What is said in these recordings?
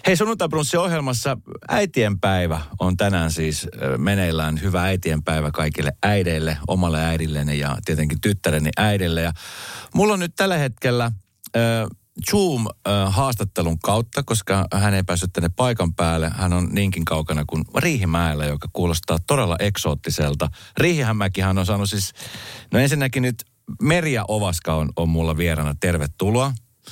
Hei, Sunnuntai-brunssin ohjelmassa äitienpäivä on tänään siis meneillään. Hyvä äitienpäivä kaikille äideille, omalle äidilleni ja tietenkin tyttäreni äidille. Ja mulla on nyt tällä hetkellä Zoom-haastattelun kautta, koska hän ei päässyt tänne paikan päälle. Hän on niinkin kaukana kuin Riihimäellä, joka kuulostaa todella eksoottiselta. Riihimäkihän on saanut siis, no ensinnäkin nyt Merja Ovaska on mulla vieraana. Tervetuloa.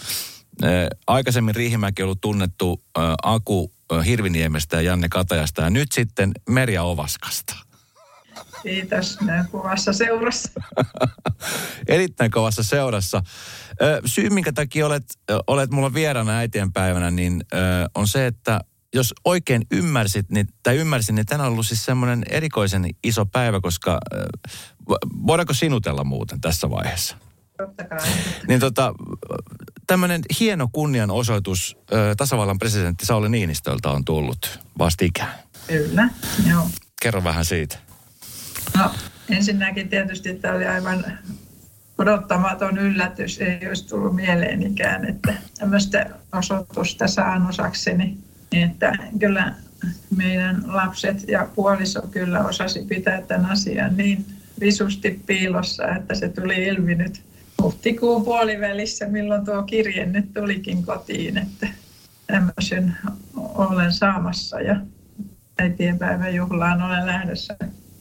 Aikaisemmin Riihimäki on ollut tunnettu Aku Hirviniemestä ja Janne Katajasta ja nyt sitten Merja Ovaskasta. Kiitos, näin kovassa seurassa. Erittäin kovassa seurassa. Syy, minkä takia olet mulla vieraana äitienpäivänä, niin on se, että jos oikein ymmärsin, niin tänään on ollut siis semmoinen erikoisen iso päivä, koska voidaanko sinutella muuten tässä vaiheessa? Totta kai. Niin tämmöinen hieno kunnianosoitus tasavallan presidentti Sauli Niinistöltä on tullut vastikään. Kyllä, joo. Kerro vähän siitä. No ensinnäkin tietysti tämä oli aivan odottamaton yllätys. Ei olisi tullut mieleenikään, että tämmöistä osoitusta saan osakseni. Että kyllä meidän lapset ja puoliso kyllä osasi pitää tämän asian niin visusti piilossa, että se tuli ilmi nyt huhtikuun puolivälissä, milloin tuo kirje nyt tulikin kotiin, että tämmöisen olen saamassa ja äitienpäivän juhlaan olen lähdössä.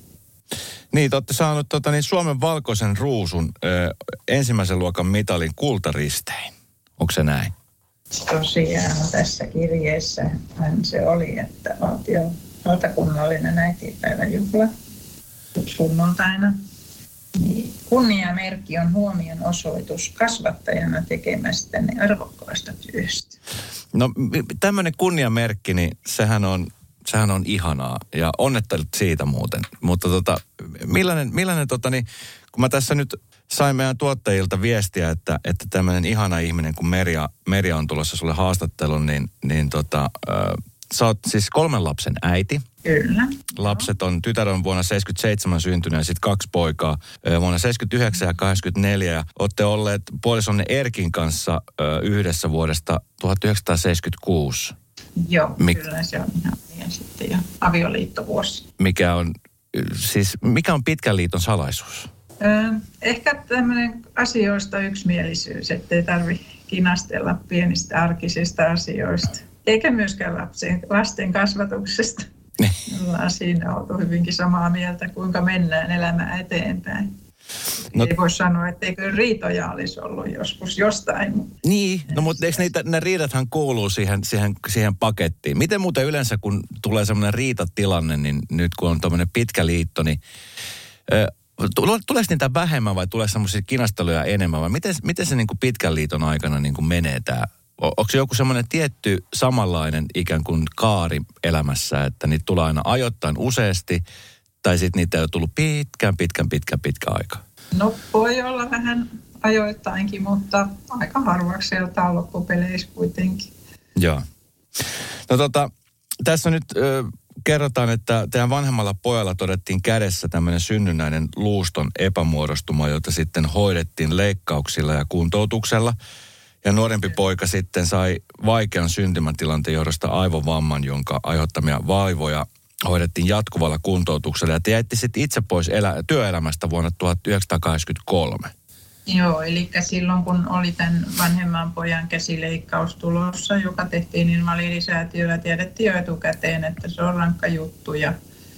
Niin, te olette saanut Suomen valkoisen ruusun ensimmäisen luokan mitalin kultaristein. Onko se näin? Tosiaan tässä kirjeessä se oli, että valtakunnallinen äitienpäivän juhla sunnuntaina. Niin, kunniamerkki on huomion osoitus kasvattajana tekemästäni arvokkaasta työstä. No tämmöinen kunniamerkki, niin sehän on ihanaa ja onnettelut siitä muuten. Mutta millainen kun mä tässä nyt sain meidän tuottajilta viestiä, että tämmöinen ihana ihminen kuin Merja on tulossa sulle haastatteluun, niin sä oot siis 3 lapsen äiti. Kyllä. Lapset on, tytär on vuonna 77 syntynyt ja sitten 2 poikaa vuonna 79 ja 84. Ja olette olleet puolisonne Erkin kanssa yhdessä vuodesta 1976. Joo, kyllä se on ihan niin sitten ja avioliittovuosi. Mikä on pitkän liiton salaisuus? Ehkä tämmöinen asioista yksimielisyys, ettei tarvitse kinastella pienistä arkisista asioista. Eikä myöskään lasten kasvatuksesta. Ollaan siinä oltu hyvinkin samaa mieltä, kuinka mennään elämää eteenpäin. No, ei voi sanoa, etteikö riitoja olisi ollut joskus jostain. Niin, no mutta eikö ne riidathan kuuluu siihen pakettiin? Miten muuten yleensä, kun tulee semmoinen riitatilanne, niin nyt kun on tämmöinen pitkä liitto, niin tuleeko niitä vähemmän vai tulee semmoisia kinasteluja enemmän? Vai miten se niin kuin pitkän liiton aikana niin kuin menee tämä? Onko se joku semmoinen tietty samanlainen ikään kuin kaari elämässä, että niitä tulee aina ajoittain useasti, tai sitten niitä ei ole tullut pitkä aika? No voi olla vähän ajoittainkin, mutta aika harvakseltaan loppupeleissä kuitenkin. Joo. No tässä nyt kerrotaan, että teidän vanhemmalla pojalla todettiin kädessä tämmöinen synnynnäinen luuston epämuodostuma, jota sitten hoidettiin leikkauksilla ja kuntoutuksella. Ja nuorempi poika sitten sai vaikean syntymätilanteen johdosta aivovamman, jonka aiheuttamia vaivoja hoidettiin jatkuvalla kuntoutuksella. Ja te jäitte sitten itse pois työelämästä vuonna 1983. Joo, eli silloin kun oli tämän vanhemman pojan käsileikkaus tulossa, joka tehtiin Invalidisäätiöllä, tiedettiin jo etukäteen, että se on rankka juttu. Ja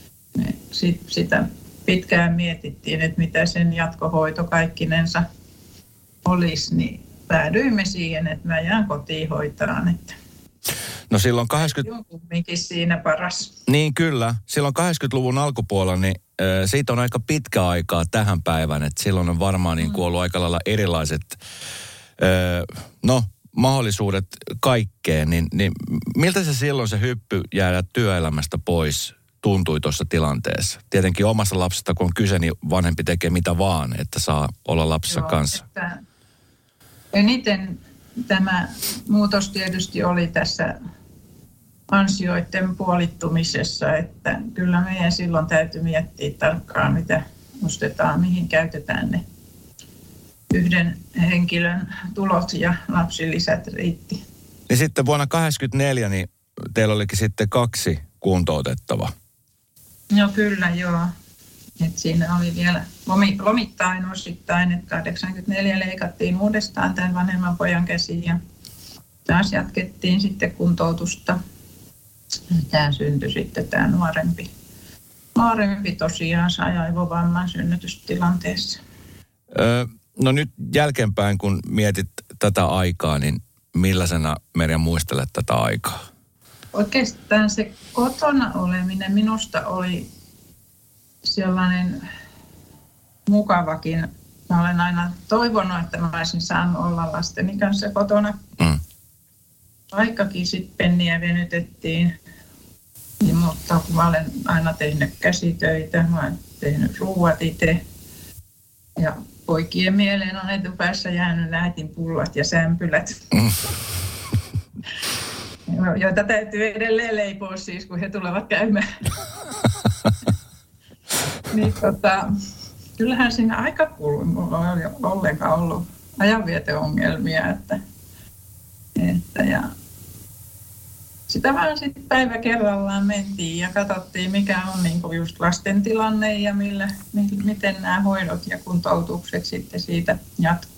sitä pitkään mietittiin, että mitä sen jatkohoito kaikkinensa olisi, niin päädyimme siihen, että mä jään kotiin hoitaan. Että no silloin on kumminkin siinä paras. Niin kyllä. Silloin 80-luvun alkupuolella, niin siitä on aika pitkä aikaa tähän päivään. Että silloin on varmaan niin kuin ollut aika lailla erilaiset mahdollisuudet kaikkeen. Niin miltä se silloin se hyppy jäädä työelämästä pois tuntui tuossa tilanteessa? Tietenkin omasta lapsesta, kun on kyse, niin vanhempi tekee mitä vaan, että saa olla lapsensa kanssa. Eniten tämä muutos tietysti oli tässä ansioiden puolittumisessa, että kyllä meidän silloin täytyy miettiä tarkkaan, mitä ostetaan, mihin käytetään ne yhden henkilön tulot ja lapsilisät riitti. Ja sitten vuonna 1984 niin teillä olikin sitten 2 kuntoutettavaa. No kyllä, joo. Et siinä oli vielä lomittain osittain, että 84 leikattiin uudestaan tämän vanhemman pojan käsiin ja taas jatkettiin sitten kuntoutusta. Tämä syntyi sitten tämä nuorempi tosiaan sai aivovamman synnytystilanteessa. No nyt jälkeenpäin, kun mietit tätä aikaa, niin millaisena Merja muistelet tätä aikaa? Oikeastaan se kotona oleminen minusta oli sellainen mukavakin. Mä olen aina toivonut, että mä olisin saanut olla lasteni kanssa kotona. Vaikkakin sitten penniä venytettiin, niin, mutta kun mä olen aina tehnyt käsitöitä, mä olen tehnyt ruuat itse. Ja poikien mieleen on etupäässä jäänyt äitin pullat ja sämpylät. Joita täytyy edelleen leipoa siis, kun he tulevat käymään. Niin kyllähän siinä aika kului. Mulla on ollenkaan ollut ajanvieteongelmia. Että ja sitä vaan sitten päivä kerrallaan mentiin ja katsottiin, mikä on niinku just lasten tilanne ja miten nämä hoidot ja kuntoutukset sitten siitä jatkuu.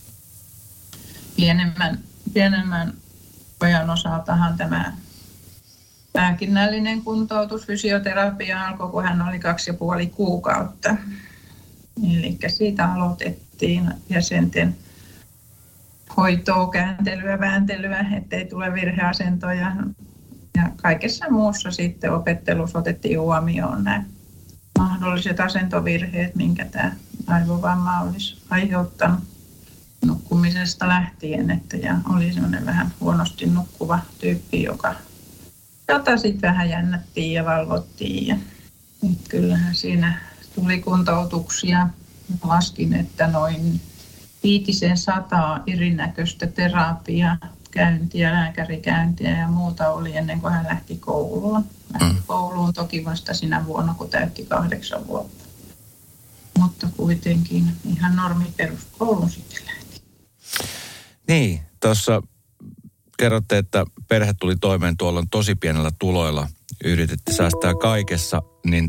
Pienemmän pojan osaltahan tämä lääkinnällinen kuntoutus, fysioterapia alkoi, kun hän oli 2,5 kuukautta. Eli siitä aloitettiin jäsenten hoitoa, kääntelyä, vääntelyä, ettei tule virheasentoja. Ja kaikessa muussa sitten opettelussa otettiin huomioon nämä mahdolliset asentovirheet, minkä tämä aivovamma olisi aiheuttanut nukkumisesta lähtien. Ja oli sellainen vähän huonosti nukkuva tyyppi, jota sitten vähän jännättiin ja valvottiin. Ja kyllähän siinä tuli kuntoutuksia. Laskin, että noin 500 erinäköistä terapiaa, käyntiä, lääkärikäyntiä ja muuta oli ennen kuin hän lähti kouluun. Lähti kouluun toki vasta sinä vuonna, kun täytti 8 vuotta. Mutta kuitenkin ihan normiperuskoulun sitten lähti. Niin, tuossa kerrotte, että perhe tuli toimeen tuolla tosi pienellä tuloilla. Yrititte säästää kaikessa, niin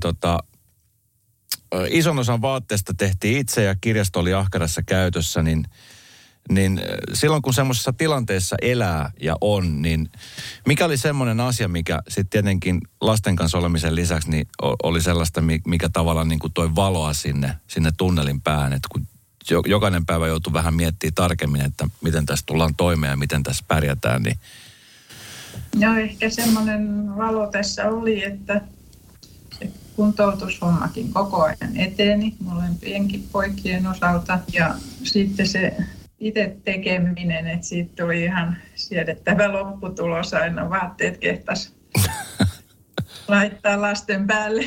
ison osan vaatteesta tehtiin itse ja kirjasto oli ahkerassa käytössä, niin silloin kun semmoisessa tilanteessa elää ja on, niin mikä oli semmoinen asia, mikä sitten tietenkin lasten kanssa olemisen lisäksi niin oli sellaista, mikä tavallaan niin kuin toi valoa sinne tunnelin päähän, että kun jokainen päivä joutuu vähän miettimään tarkemmin, että miten tässä tullaan toimeen ja miten tässä pärjätään, niin... No ehkä semmoinen valo tässä oli, että kuntoutushommakin koko ajan eteni molempienkin poikien osalta. Ja sitten se itse tekeminen, että siitä tuli ihan siedettävä lopputulos aina. Vaatteet kehtas laittaa lasten päälle.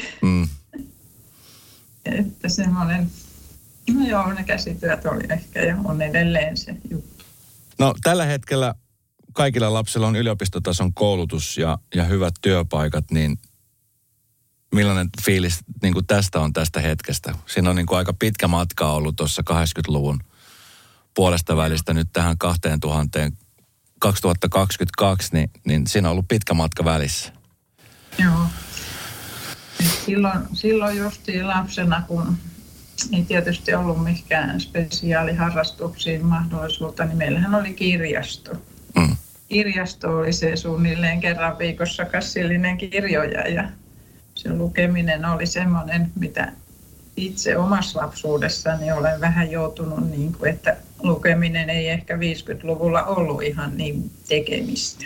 Että semmoinen, no joo, ne käsityöt oli ehkä ja on edelleen se juttu. No tällä hetkellä kaikilla lapsilla on yliopistotason koulutus ja hyvät työpaikat, niin millainen fiilis niin kuin tästä hetkestä? Siinä on niin kuin aika pitkä matka ollut tuossa 80-luvun puolesta välistä nyt tähän 2022, niin siinä on ollut pitkä matka välissä. Joo. Silloin justiin lapsena, kun ei tietysti ollut mikään spesiaaliharrastuksiin mahdollisuutta, niin meillähän oli kirjasto. Kirjasto oli se suunnilleen kerran viikossa kassillinen kirjoja ja se lukeminen oli semmoinen, mitä itse omassa lapsuudessani olen vähän joutunut, niin kuin, että lukeminen ei ehkä 50-luvulla ollut ihan niin tekemistä.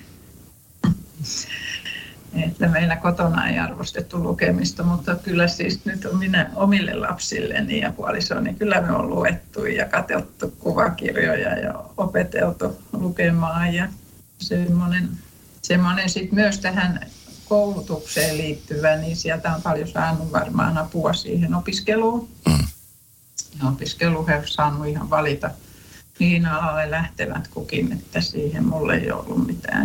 Että meillä kotona ei arvostettu lukemista, mutta kyllä siis nyt minä omille lapsilleni ja puolisoni, kyllä me on luettu ja katsottu kuvakirjoja ja opeteltu lukemaan ja semmoinen sitten myös tähän koulutukseen liittyvä, niin sieltä on paljon saanut varmaan apua siihen opiskeluun. Ja opiskelu he saanut ihan valita, mihin alalle lähtevät kukin, että siihen mulle ei ollut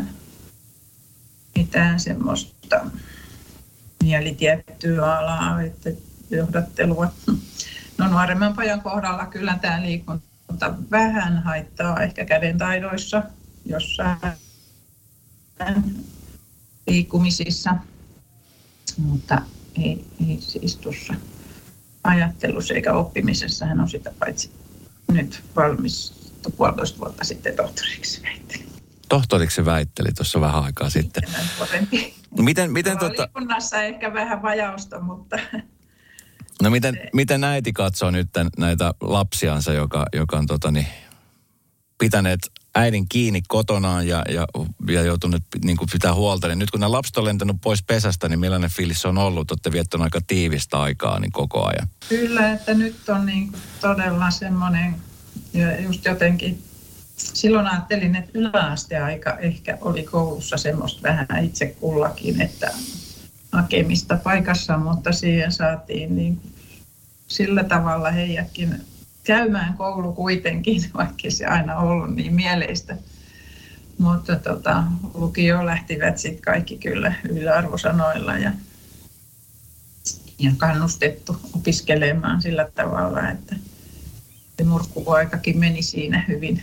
mitään semmoista mielitiettyä alaa, että johdattelua. No nuoremman pojan kohdalla kyllä tämä liikunta vähän haittaa ehkä kädentaidoissa jossain. liikkumisissa, mutta ei siis tuossa ajattelussa eikä oppimisessa. Hän on sitä paitsi nyt valmistui 1,5 vuotta sitten tohtoriksi väitteli. Tohtoriksi väitteli tuossa vähän aikaa sitten. Miten liikunnassa ehkä vähän vajausta, mutta... No miten äiti katsoo nyt näitä lapsiansa, joka on pitäneet äidin kiinni kotonaan ja joutunut niin kuin pitää huolta. Niin nyt kun nämä lapset on lentänyt pois pesästä, niin millainen fiilis on ollut? Olette viettänyt aika tiivistä aikaa niin koko ajan. Kyllä, että nyt on niin kuin todella semmoinen, ja just jotenkin, silloin ajattelin, että yläasteaika ehkä oli koulussa semmoista vähän itse kullakin, että hakemista paikassa, mutta siihen saatiin niin sillä tavalla heidätkin käymään koulu kuitenkin, vaikka se aina ollut niin mieleistä. Mutta lukioon lähtivät sitten kaikki kyllä yläarvosanoilla ja kannustettu opiskelemaan sillä tavalla, että se murkkuaikakin meni siinä hyvin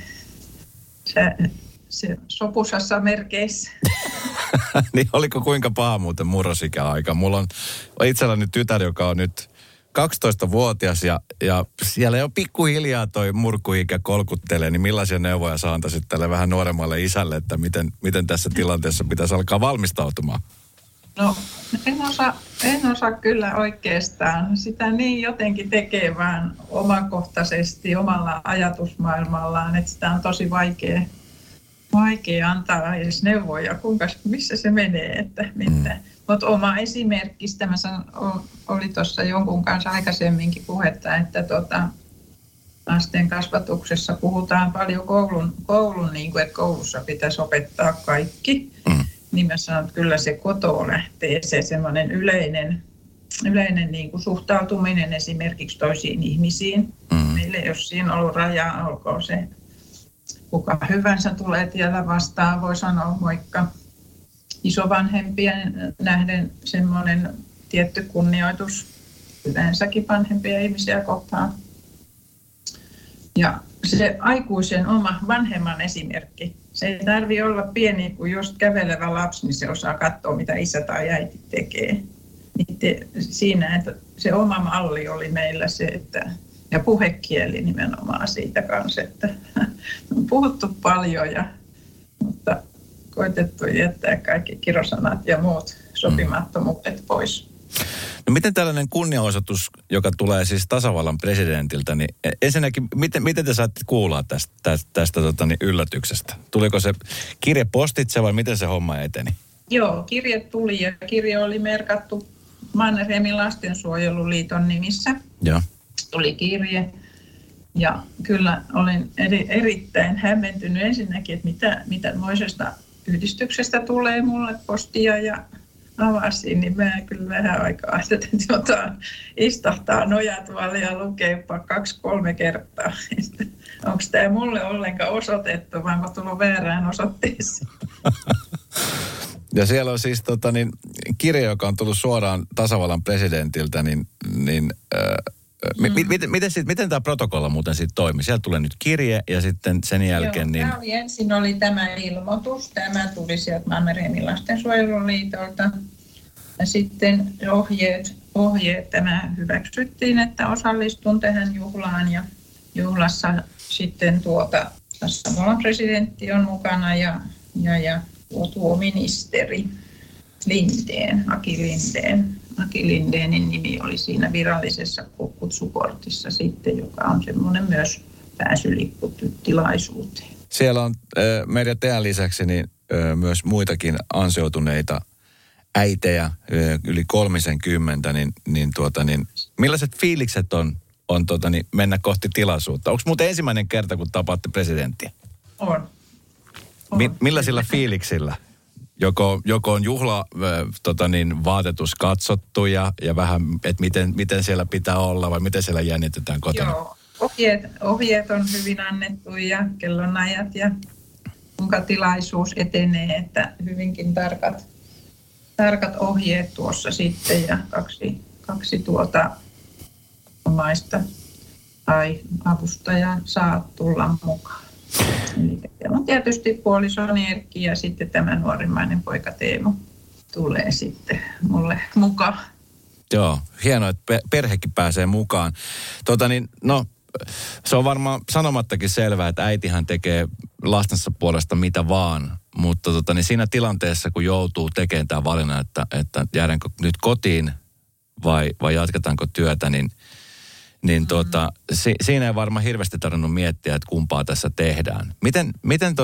se sopusassa merkeissä. Niin oliko kuinka paha muuten murrosikäaika? Mulla on itselläni tytär, joka on nyt 12-vuotias ja siellä jo pikkuhiljaa toi murkkuikä kolkuttelee, niin millaisia neuvoja sä antaisit tälle vähän nuoremmalle isälle, että miten tässä tilanteessa pitäisi alkaa valmistautumaan? No en osaa kyllä oikeastaan. Sitä niin jotenkin tekee vaan omakohtaisesti omalla ajatusmaailmallaan, että sitä on tosi vaikea antaa edes neuvoja, missä se menee, että mitä. Mutta oma esimerkkistä, oli tuossa jonkun kanssa aikaisemminkin puhetta, että lasten kasvatuksessa puhutaan paljon koulun niin kuin, että koulussa pitäisi opettaa kaikki. Niin mä sanon, että kyllä se kotoa lähtee, se semmoinen yleinen niin kuin suhtautuminen esimerkiksi toisiin ihmisiin. Meille jos siinä on ollut raja, olkoon se kuka hyvänsä tulee tiellä vastaan, voi sanoa moikka. Isovanhempien nähden semmoinen tietty kunnioitus yleensäkin vanhempia ihmisiä kohtaan. Ja se aikuisen oma vanhemman esimerkki, se ei tarvitse olla pieni, kun just kävelevä lapsi, niin se osaa katsoa, mitä isä tai äiti tekee. Siinä, että se oma malli oli meillä se, että, ja puhekieli nimenomaan siitä kanssa, että on puhuttu paljon, mutta koetettu jättää kaikki kirosanat ja muut sopimattomuudet pois. No miten tällainen kunnianosoitus, joka tulee siis tasavallan presidentiltä, niin ensinnäkin, miten te saatte kuulla tästä yllätyksestä? Tuliko se kirje postitse vai miten se homma eteni? Joo, kirje tuli ja kirje oli merkattu Mannerheimin lastensuojeluliiton nimissä. Joo. Tuli kirje ja kyllä olin erittäin hämmentynyt ensinnäkin, että mitä moisesta yhdistyksestä tulee mulle postia ja avasin, niin mä kyllä vähän aikaa ajattelin, että istahtaa nojatuolle ja lukee 2-3 kertaa. Onko tämä mulle ollenkaan osoitettu, vai onko tullut väärään osoitteeseen? Ja siellä on siis kirja, joka on tullut suoraan tasavallan presidentiltä, miten tämä protokolla muuten sitten toimi? Siellä tulee nyt kirje ja sitten sen jälkeen... Joo, ensin oli tämä ilmoitus. Tämä tuli sieltä Mannerheimin lastensuojeluliitolta. Ja sitten ohjeet tämä hyväksyttiin, että osallistun tähän juhlaan. Ja juhlassa sitten tasavallan presidentti on mukana ja tuo ministeri Lindén, Aki Lindénin nimi oli siinä virallisessa kutsukortissa sitten, joka on semmoinen myös pääsylippu tilaisuuteen. Siellä on meidän teidän lisäksi myös muitakin ansioituneita äitejä, yli 30, niin millaiset fiilikset on mennä kohti tilaisuutta? Onko muuten ensimmäinen kerta, kun tapaatte presidenttiä? On. Millaisilla fiiliksillä? Joko on juhla vaatetus katsottu ja vähän, että miten siellä pitää olla vai miten siellä jännitetään kotona? Joo, ohjeet on hyvin annettu ja kellonajat ja kuinka tilaisuus etenee, että hyvinkin tarkat ohjeet tuossa sitten ja kaksi omaista tai avustajaa saa tulla mukaan. Eli on tietysti puolisoni Erkki ja sitten tämä nuorimmainen poika Teemu. tulee sitten mulle mukaan. Joo, hienoa, että perhekin pääsee mukaan. Se on varmaan sanomattakin selvää, että äitihän tekee lastensa puolesta mitä vaan, mutta niin siinä tilanteessa, kun joutuu tekemään tämän valinnan, että jäädäänkö nyt kotiin vai jatketaanko työtä, siinä ei varmaan hirveästi tarvinnut miettiä, että kumpaa tässä tehdään. Miten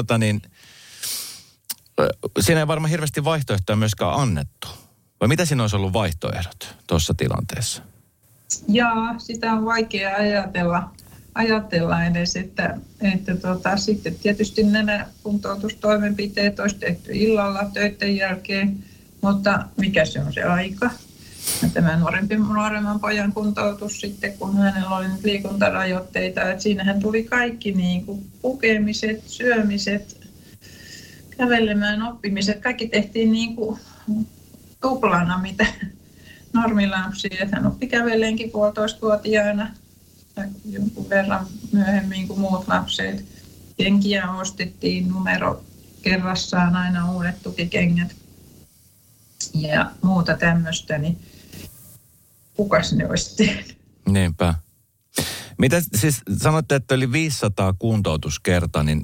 siinä ei varmaan hirveästi vaihtoehtoja myöskään annettu. Vai mitä siinä olisi ollut vaihtoehdot tuossa tilanteessa? Jaa, sitä on vaikea ajatella edes, että sitten tietysti nämä kuntoutustoimenpiteet olisi tehty illalla töiden jälkeen, mutta mikä se on se aika? Ja tämä nuoremman pojan kuntoutus sitten, kun hänellä oli nyt liikuntarajoitteita, että siinähän tuli kaikki niin kuin pukemiset, syömiset, kävelemään oppimiset, kaikki tehtiin niin kuin tuplana, mitä normilapsia. Hän oppi käveleenkin 1,5-vuotiaana jonkun verran myöhemmin kuin muut lapset. Kenkiä ostettiin numero kerrassaan, aina uudet tukikengät ja muuta tämmöistä, niin kukas ne olisi tehnyt? Niinpä. Mitä siis sanoitte, että oli 500 kuntoutuskertaa, niin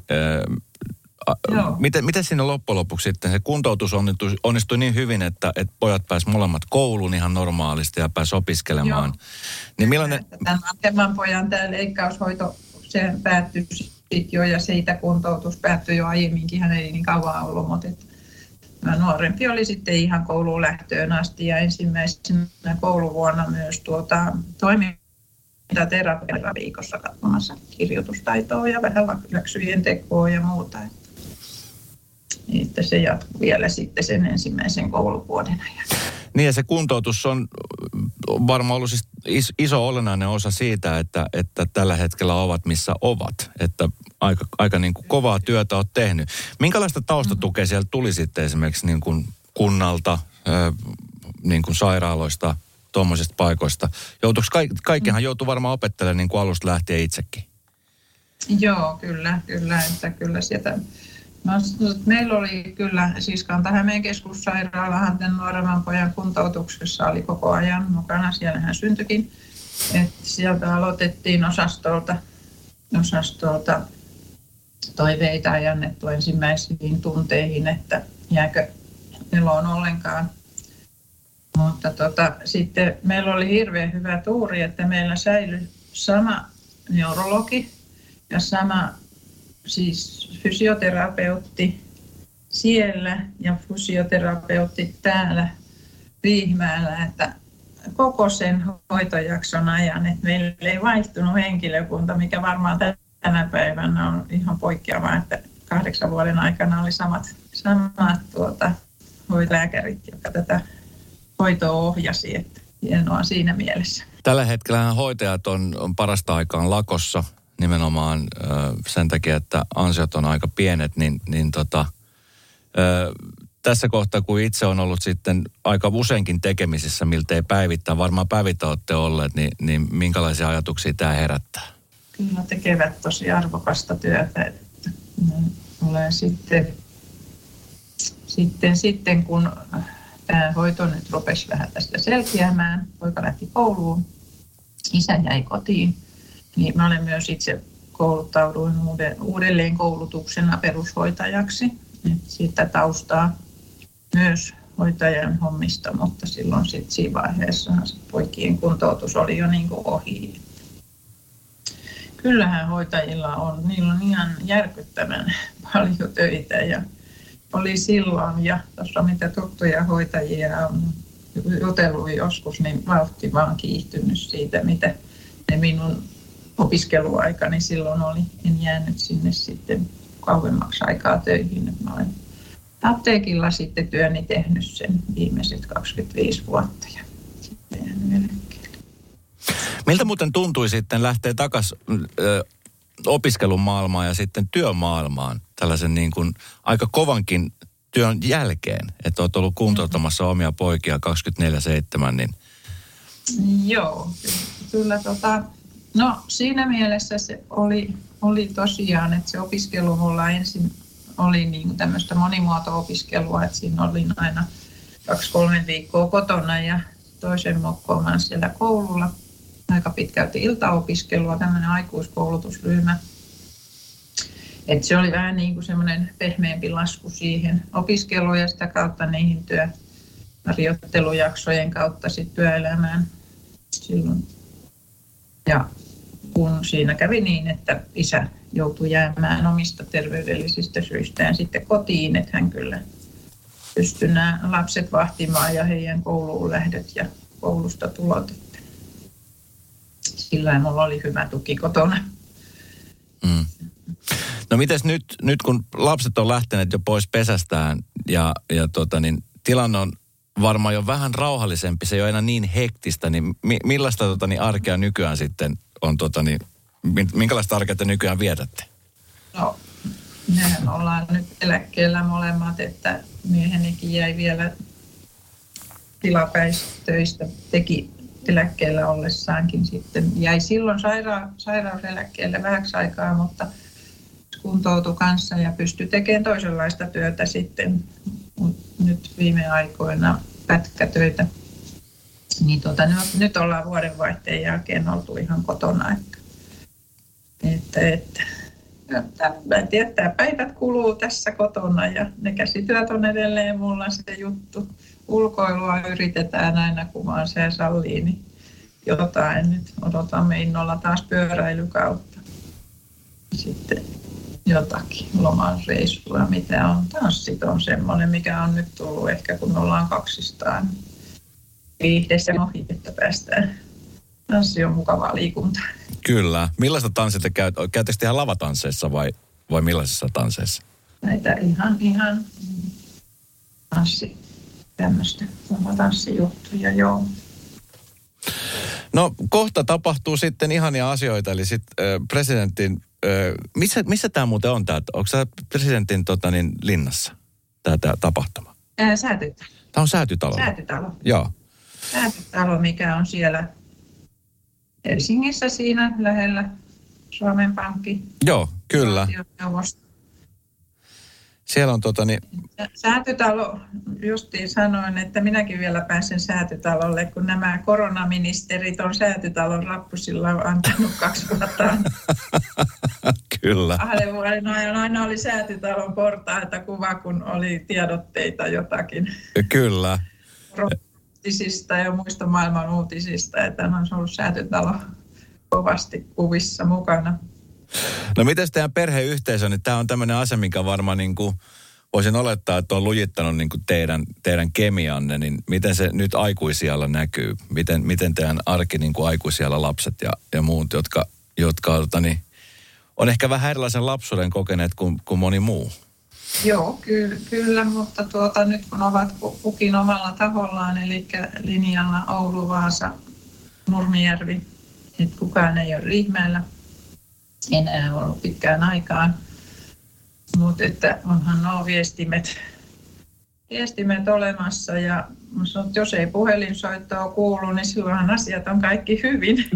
miten siinä loppujen lopuksi sitten se kuntoutus onnistui niin hyvin, että pojat pääsivät molemmat kouluun ihan normaalisti ja pääsivät opiskelemaan? Joo. Niin millainen... Tämän vanhemman pojan tämä leikkaushoito, se päättyi sitten jo ja siitä kuntoutus päättyi jo aiemminkin, hän ei niin kauan ollut, mutta nuorempi oli sitten ihan kouluun lähtöön asti ja ensimmäisenä kouluvuonna myös toimintaterapiaa viikossa katsomassa kirjoitustaitoa ja vähän läksyjen tekoa ja muuta. Että se jatkuu vielä sitten sen ensimmäisen kouluvuoden ajan. Niin ja se kuntoutus on varmaan ollut siis iso olennainen osa siitä, että tällä hetkellä ovat missä ovat. Että aika niin kuin kovaa työtä olet tehnyt. Minkälaista taustatukea siellä tuli sitten esimerkiksi niin kuin kunnalta, niin kuin sairaaloista, tuommoisista paikoista? Kaikkihan joutui varmaan opettelemaan niin kuin alusta lähtien itsekin. Joo, kyllä, että kyllä sieltä... Meillä oli kyllä, siis Kanta-Hämeen keskussairaalahan tämän nuoremman pojan kuntoutuksessa oli koko ajan mukana, siellä hän syntyikin. Että sieltä aloitettiin osastolta toiveita ei annettu ensimmäisiin tunteihin, että jääkö eloon ollenkaan. Mutta sitten meillä oli hirveän hyvä tuuri, että meillä säilyi sama neurologi ja sama siis fysioterapeutti siellä ja fysioterapeutti täällä Riihimäellä, että koko sen hoitojakson ajan, että meillä ei vaihtunut henkilökunta, mikä varmaan tänä päivänä on ihan poikkeavaa, että 8 vuoden aikana oli samat lääkärit, jotka tätä hoitoa ohjasi, että hienoa siinä mielessä. Tällä hetkellä hoitajat on parasta aikaan lakossa. Nimenomaan sen takia, että ansiot on aika pienet, tässä kohtaa, kun itse on ollut sitten aika useinkin tekemisissä, miltei päivittäin, varmaan päivittäin olette olleet, niin minkälaisia ajatuksia tämä herättää? Kyllä tekevät tosi arvokasta työtä. Että olen sitten kun tämä hoito nyt rupesi vähän tästä selkeämään, poika lähti kouluun, isä jäi kotiin. Niin mä olen myös itse kouluttauduin uudelleen koulutuksena perushoitajaksi. Siitä taustaa myös hoitajan hommista, mutta silloin sitten siinä vaiheessa poikien kuntoutus oli jo niin kuin ohi. Kyllähän hoitajilla niillä on ihan järkyttävän paljon töitä ja oli silloin ja tuossa mitä tuttuja hoitajia on jutellut joskus, niin vauhti vaan kiihtynyt siitä, mitä ne minun opiskeluaikani silloin oli. En jäänyt sinne sitten kauemmaksi aikaa töihin. Mä olen apteekilla sitten työni tehnyt sen viimeiset 25 vuotta ja sitten jäänyt eläkkeelle. Miltä muuten tuntui sitten lähteä takaisin opiskelun maailmaan ja sitten työmaailmaan tällaisen niin kuin aika kovankin työn jälkeen, että olet ollut kuntouttamassa omia poikia 24/7, niin... Joo, kyllä no siinä mielessä se oli tosiaan, että se opiskelu mulla ensin oli niin kuin tämmöistä monimuoto-opiskelua, että siinä olin aina 2-3 viikkoa kotona ja toisen mokkoomaan siellä koululla. Aika pitkälti iltaopiskelua, tämmöinen aikuiskoulutusryhmä. Et se oli vähän niin kuin semmoinen pehmeämpi lasku siihen opiskeluun ja sitä kautta niihin työharjoittelujaksojen kautta sit työelämään silloin. Ja kun siinä kävi niin, että isä joutui jäämään omista terveydellisistä syistään sitten kotiin, että hän kyllä pystyi nämä lapset vahtimaan ja heidän kouluun lähdöt ja koulusta tulot. Sillä mulla oli hyvä tuki kotona. No mites nyt kun lapset on lähteneet jo pois pesästään ja tilanne on varmaan jo vähän rauhallisempi, se ei ole enää niin hektistä, niin millaista arkea nykyään sitten on, minkälaista arkea te nykyään vietätte? No, mehän ollaan nyt eläkkeellä molemmat, että miehenikin jäi vielä tilapäistöistä, teki eläkkeellä ollessaankin sitten. Jäi silloin sairauseläkkeelle vähäksi aikaa, mutta kuntoutui kanssa ja pystyi tekemään toisenlaista työtä sitten. Nyt viime aikoina pätkätöitä. Niin nyt ollaan vuodenvaihteen jälkeen oltu ihan kotona. Mä en tiedä, että päivät kuluu tässä kotona ja ne käsityöt on edelleen mulla se juttu. Ulkoilua yritetään aina, kun vaan se sallii, niin jotain. Nyt odotamme innolla taas pyöräilykautta. Sitten jotakin lomareissua, mitä on. Tanssit on semmoinen, mikä on nyt tullut ehkä, kun ollaan kaksistaan viihdessä ohi, että päästään. Tanssi on mukavaa liikuntaa. Kyllä. Millaista tanssia te käytätkö ihan lavatansseissa vai millaisissa tansseissa? Näitä ihan tanssi, tämmöistä lavatanssijuttuja, joo. No kohta tapahtuu sitten ihania asioita, eli sitten presidentin, missä tämä muuten on? Onko tämä presidentin linnassa, tämä tapahtuma? Säätytalo. Tämä on Säätytalo? Säätytalo. Joo. Säätytalo, mikä on siellä Helsingissä siinä lähellä Suomen Pankki. Joo, kyllä. Siellä on Säätytalo, justiin sanoin, että minäkin vielä pääsen Säätytalolle, kun nämä koronaministerit on Säätytalon rappusilla antanut 2 vuotta. Kyllä. 2 vuoden ajan aina oli Säätytalon portaita kuva, kun oli tiedotteita jotakin. Kyllä. Uutisista ja muista maailman uutisista, että on ollut Säätytalo kovasti kuvissa mukana. No miten teidän perheyhteisö, niin tämä on tämmöinen asia, mikä varmaan niin kuin voisin olettaa, että on lujittanut niin kuin teidän kemianne, niin miten se nyt aikuisialla näkyy? Miten teidän arki niin kuin aikuisialla lapset ja muut, jotka on ehkä vähän erilaisen lapsuuden kokeneet kuin moni muu? Joo, kyllä, mutta nyt kun ovat kukin omalla tahollaan, eli linjalla Oulu, Vaasa, Nurmijärvi, että kukaan ei ole Riihimäellä enää ollut pitkään aikaan, mutta että onhan nuo viestimet olemassa ja jos ei puhelinsoittoa kuulu, niin silloinhan asiat on kaikki hyvin.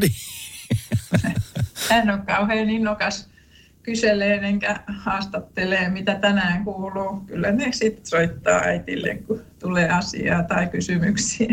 En ole kauhean innokas kyseleen enkä haastattelee, mitä tänään kuuluu. Kyllä ne sitten soittaa äitille, kun tulee asiaa tai kysymyksiä.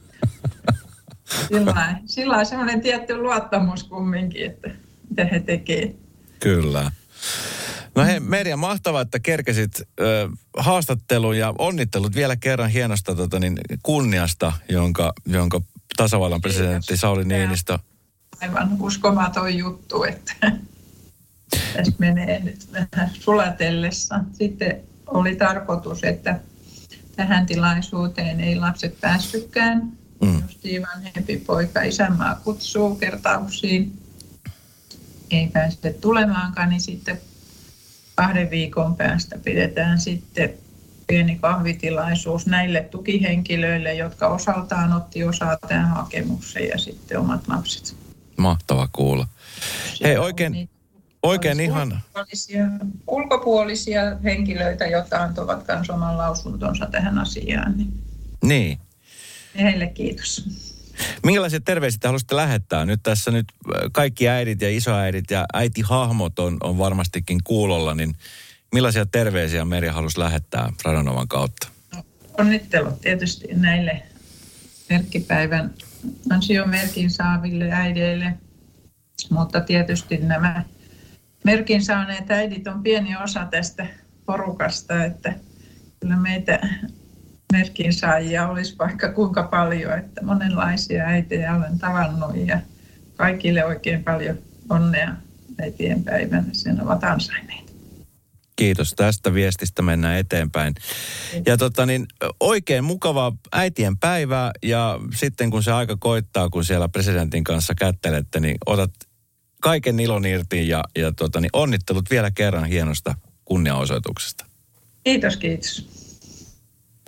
Sillä on semmoinen tietty luottamus kumminkin, että mitä he tekevät. Kyllä. No hei Merja, mahtavaa, että kerkesit haastattelun ja onnittelut vielä kerran hienosta kunniasta, jonka tasavallan presidentti Sauli Niinistö. Aivan uskomaton juttu, että tässä menee nyt vähän sulatellessa. Sitten oli tarkoitus, että tähän tilaisuuteen ei lapset päässytkään. Justiin vanhempi poika isänmaa kutsuu kertauksiin. Ei päästä tulemaankaan, niin sitten 2 viikon päästä pidetään sitten pieni kahvitilaisuus näille tukihenkilöille, jotka osaltaan otti osaa tähän hakemukseen ja sitten omat lapset. Mahtava kuulla. Hei, oikein ihan ulkopuolisia henkilöitä, jotka antoivat myös oman lausuntonsa tähän asiaan. Niin. Heille kiitos. Minkälaisia terveisiä te haluaisitte lähettää? Nyt tässä kaikki äidit ja isoäidit ja äitihahmot on varmastikin kuulolla, niin millaisia terveisiä Merja halusi lähettää Radionovan kautta? onnittelut tietysti näille merkkipäivän ansiomerkin saaville äideille, mutta tietysti nämä merkin saaneet äidit on pieni osa tästä porukasta, että kyllä meitä merkin saajia olisi vaikka kuinka paljon, että monenlaisia äitejä olen tavannut ja kaikille oikein paljon onnea äitien päivänä, sen ovat ansainneet. Kiitos tästä viestistä, mennään eteenpäin. Ja oikein mukavaa äitien päivää ja sitten kun se aika koittaa, kun siellä presidentin kanssa kättelette, niin otat kaiken ilon irti ja onnittelut vielä kerran hienosta kunnianosoituksesta. Kiitos.